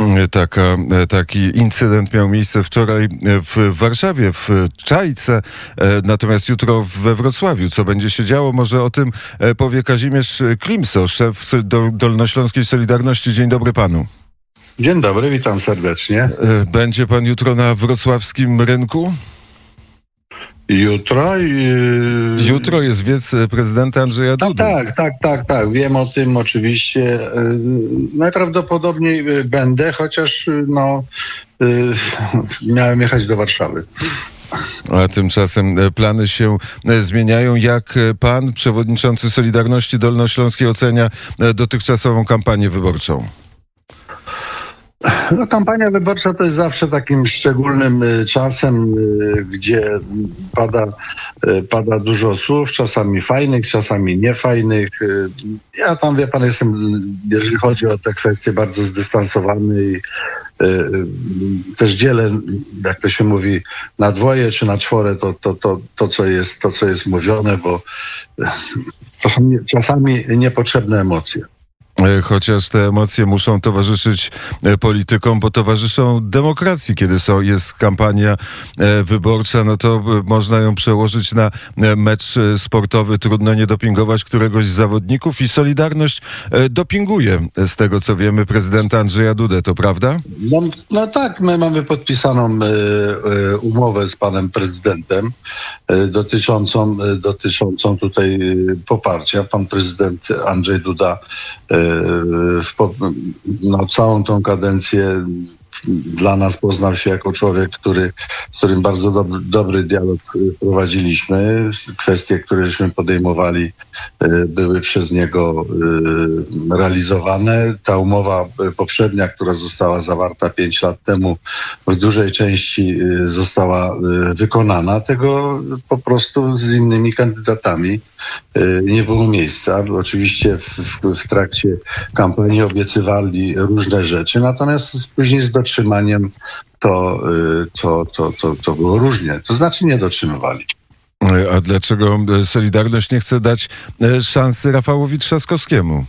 Taki incydent miał miejsce wczoraj w Warszawie, w Czajce, natomiast jutro we Wrocławiu. Co będzie się działo? Może o tym powie Kazimierz Klimso, szef Dolnośląskiej Solidarności. Dzień dobry panu. Dzień dobry, witam serdecznie. Będzie pan jutro na wrocławskim rynku? Jutro jest wiec prezydenta Andrzeja Dudy. Tak. Wiem o tym oczywiście. Najprawdopodobniej będę, chociaż miałem jechać do Warszawy. A tymczasem plany się zmieniają. Jak pan, przewodniczący Solidarności Dolnośląskiej, ocenia dotychczasową kampanię wyborczą? Kampania wyborcza to jest zawsze takim szczególnym czasem, gdzie pada dużo słów, czasami fajnych, czasami niefajnych. Ja tam, wie pan, jestem, jeżeli chodzi o te kwestie, bardzo zdystansowany i też dzielę, jak to się mówi, na dwoje czy na czwore to co jest mówione, bo to są czasami niepotrzebne emocje. Chociaż te emocje muszą towarzyszyć politykom, bo towarzyszą demokracji. Kiedy jest kampania wyborcza, no to można ją przełożyć na mecz sportowy. Trudno nie dopingować któregoś z zawodników i Solidarność dopinguje, z tego co wiemy, prezydenta Andrzeja Dudę, to prawda? No tak, my mamy podpisaną umowę z panem prezydentem dotyczącą tutaj poparcia. Pan prezydent Andrzej Duda całą tą kadencję dla nas poznał się jako człowiek, z którym bardzo dobry dialog prowadziliśmy. Kwestie, któreśmy podejmowali, były przez niego realizowane. Ta umowa poprzednia, która została zawarta 5 lat temu, w dużej części została wykonana. Tego po prostu z innymi kandydatami nie było miejsca. Oczywiście w trakcie kampanii obiecywali różne rzeczy, natomiast później z dotrzymaniem to było różnie. To znaczy nie dotrzymywali. A dlaczego Solidarność nie chce dać szansy Rafałowi Trzaskowskiemu?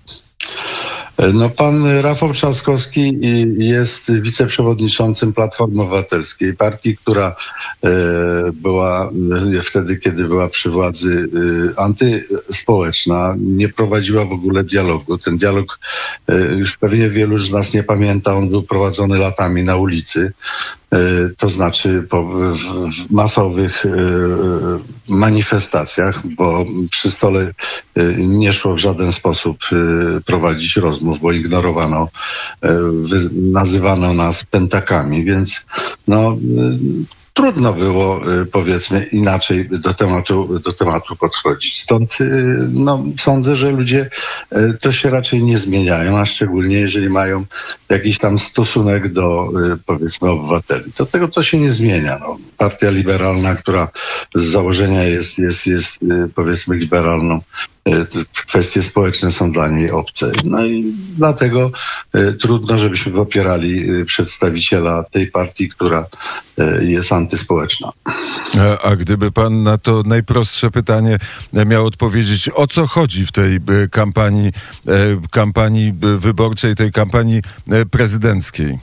Pan Rafał Trzaskowski jest wiceprzewodniczącym Platformy Obywatelskiej, partii, która była wtedy, kiedy była przy władzy, antyspołeczna, nie prowadziła w ogóle dialogu. Ten dialog, już pewnie wielu z nas nie pamięta, on był prowadzony latami na ulicy, to znaczy w masowych manifestacjach, bo przy stole nie szło w żaden sposób prowadzić rozmów, bo ignorowano, nazywano nas pętakami, więc trudno było, powiedzmy, inaczej do tematu podchodzić. Stąd sądzę, że ludzie to się raczej nie zmieniają, a szczególnie jeżeli mają jakiś tam stosunek do, powiedzmy, obywateli. Do tego to się nie zmienia. Partia liberalna, która z założenia jest powiedzmy, liberalną, kwestie społeczne są dla niej obce. I dlatego trudno, żebyśmy popierali przedstawiciela tej partii, która jest antyspołeczna. A gdyby pan na to najprostsze pytanie miał odpowiedzieć, o co chodzi w tej kampanii wyborczej, tej kampanii prezydenckiej?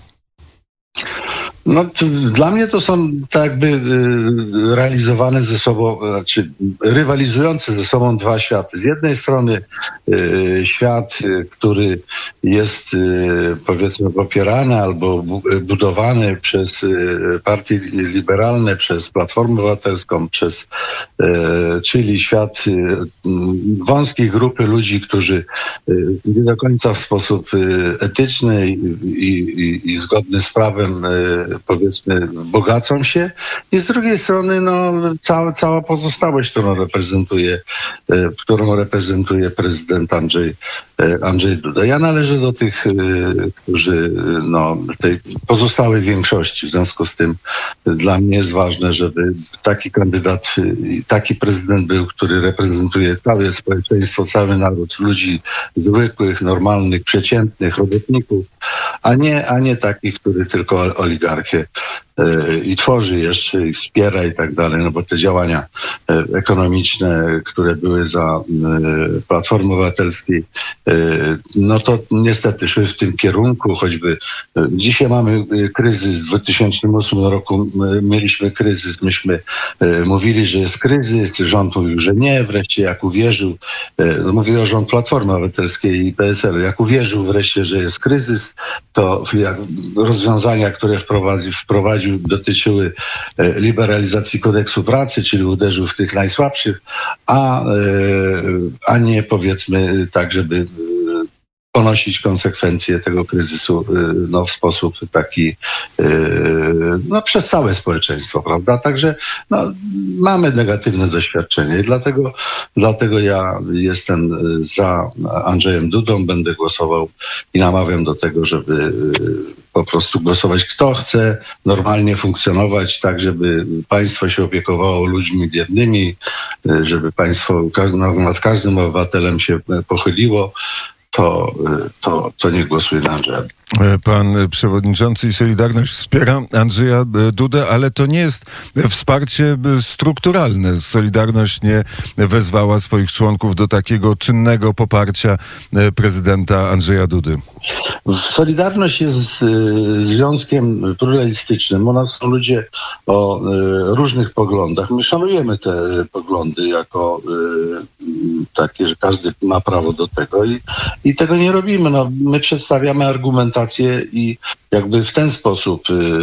Dla mnie to są tak jakby realizowane ze sobą, rywalizujące ze sobą dwa światy. Z jednej strony świat, który jest, powiedzmy, popierany albo budowany przez partie liberalne, przez Platformę Obywatelską, czyli świat wąskiej grupy ludzi, którzy nie do końca w sposób etyczny i zgodny z prawem, powiedzmy, bogacą się, i z drugiej strony cała pozostałość, którą reprezentuje prezydent Andrzej Duda. Ja należę do tych, którzy tej pozostałej większości. W związku z tym dla mnie jest ważne, żeby taki kandydat, taki prezydent był, który reprezentuje całe społeczeństwo, cały naród, ludzi zwykłych, normalnych, przeciętnych, robotników, a nie takich, który tylko oligarchię i tworzy jeszcze i wspiera i tak dalej, no bo te działania ekonomiczne, które były za Platformy Obywatelskiej, no to niestety szły w tym kierunku, choćby dzisiaj mamy kryzys. W 2008 roku mieliśmy kryzys, myśmy mówili, że jest kryzys, rząd mówił, że nie, wreszcie jak uwierzył, no mówię o rząd Platformy Obywatelskiej i PSL-u, jak uwierzył wreszcie, że jest kryzys, to jak rozwiązania, które wprowadził, dotyczyły liberalizacji kodeksu pracy, czyli uderzył w tych najsłabszych, a nie powiedzmy tak, żeby ponosić konsekwencje tego kryzysu no, w sposób taki no, przez całe społeczeństwo, prawda? Także no, mamy negatywne doświadczenie i dlatego ja jestem za Andrzejem Dudą, będę głosował i namawiam do tego, żeby po prostu głosować kto chce, normalnie funkcjonować tak, żeby państwo się opiekowało ludźmi biednymi, żeby państwo nad każdym obywatelem się pochyliło, to nie głosuje na Andrzeja. Pan przewodniczący i Solidarność wspiera Andrzeja Dudę, ale to nie jest wsparcie strukturalne. Solidarność nie wezwała swoich członków do takiego czynnego poparcia prezydenta Andrzeja Dudy. Solidarność jest związkiem pluralistycznym. U nas są ludzie o różnych poglądach. My szanujemy te poglądy jako takie, że każdy ma prawo do tego i tego nie robimy. No, my przedstawiamy argumentację i jakby w ten sposób,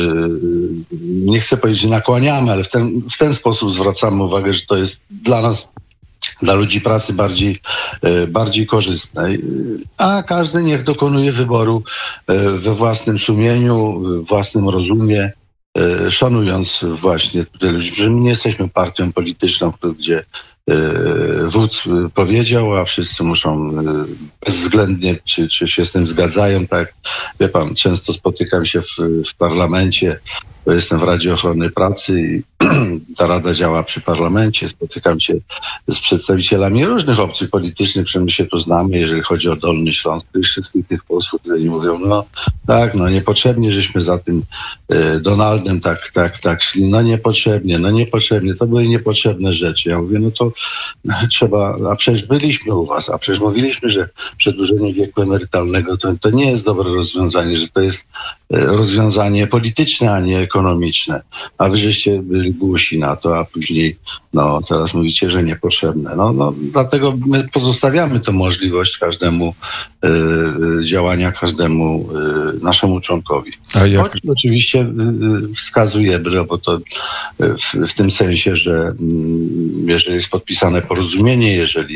nie chcę powiedzieć, że nakłaniamy, ale w ten sposób zwracamy uwagę, że to jest dla nas, dla ludzi pracy bardziej korzystne. A każdy niech dokonuje wyboru we własnym sumieniu, w własnym rozumie, szanując właśnie tutaj ludzi. Że my nie jesteśmy partią polityczną, gdzie wódz powiedział, a wszyscy muszą bezwzględnie, czy się z tym zgadzają. Tak, wie pan, często spotykam się w parlamencie, bo jestem w Radzie Ochrony Pracy i ta rada działa przy parlamencie. Spotykam się z przedstawicielami różnych opcji politycznych, przecież my się tu znamy, jeżeli chodzi o Dolny Śląsk, i wszystkich tych posłów, którzy mówią, no tak, no niepotrzebnie, żeśmy za tym Donaldem tak szli, no niepotrzebnie, to były niepotrzebne rzeczy. Ja mówię, no to trzeba, a przecież byliśmy u was, a przecież mówiliśmy, że przedłużenie wieku emerytalnego to nie jest dobre rozwiązanie, że to jest rozwiązanie polityczne, a nie ekonomiczne. A wy żeście byli głusi na to, a później no teraz mówicie, że niepotrzebne. No dlatego my pozostawiamy tę możliwość każdemu działania, każdemu naszemu członkowi. Choć oczywiście wskazujemy, no bo to w tym sensie, że jeżeli jest podpisane porozumienie, jeżeli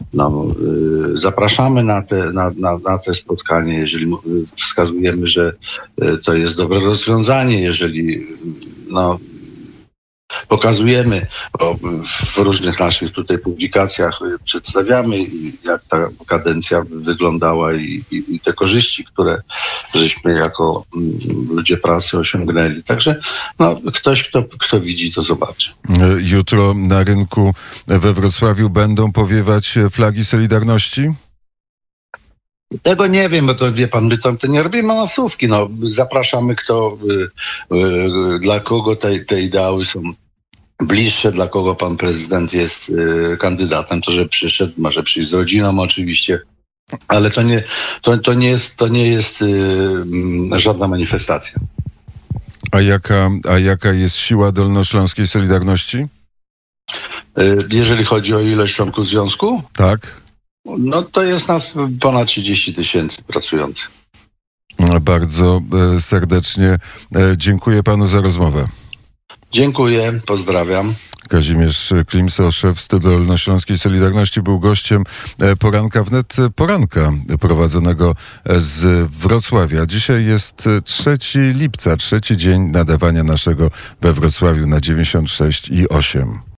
zapraszamy na te spotkanie, jeżeli wskazujemy, że to jest dobre rozwiązanie, jeżeli pokazujemy, bo w różnych naszych tutaj publikacjach przedstawiamy, jak ta kadencja wyglądała i te korzyści, które żeśmy jako ludzie pracy osiągnęli. Także ktoś, kto widzi, to zobaczy. Jutro na rynku we Wrocławiu będą powiewać flagi Solidarności? Tego nie wiem, bo to wie pan, my to nie robimy masówki. Zapraszamy dla kogo te ideały są bliższe, dla kogo pan prezydent jest kandydatem, to że przyszedł, może przyjść z rodziną oczywiście, ale to nie jest żadna manifestacja. A jaka jest siła dolnośląskiej Solidarności? Jeżeli chodzi o ilość członków związku? Tak. No to jest nas ponad 30 000 pracujących. Bardzo serdecznie dziękuję panu za rozmowę. Dziękuję, pozdrawiam. Kazimierz Klimso, szef Dolnośląskiej Solidarności, był gościem poranka wnet poranka prowadzonego z Wrocławia. Dzisiaj jest 3 lipca, trzeci dzień nadawania naszego we Wrocławiu na 96,8.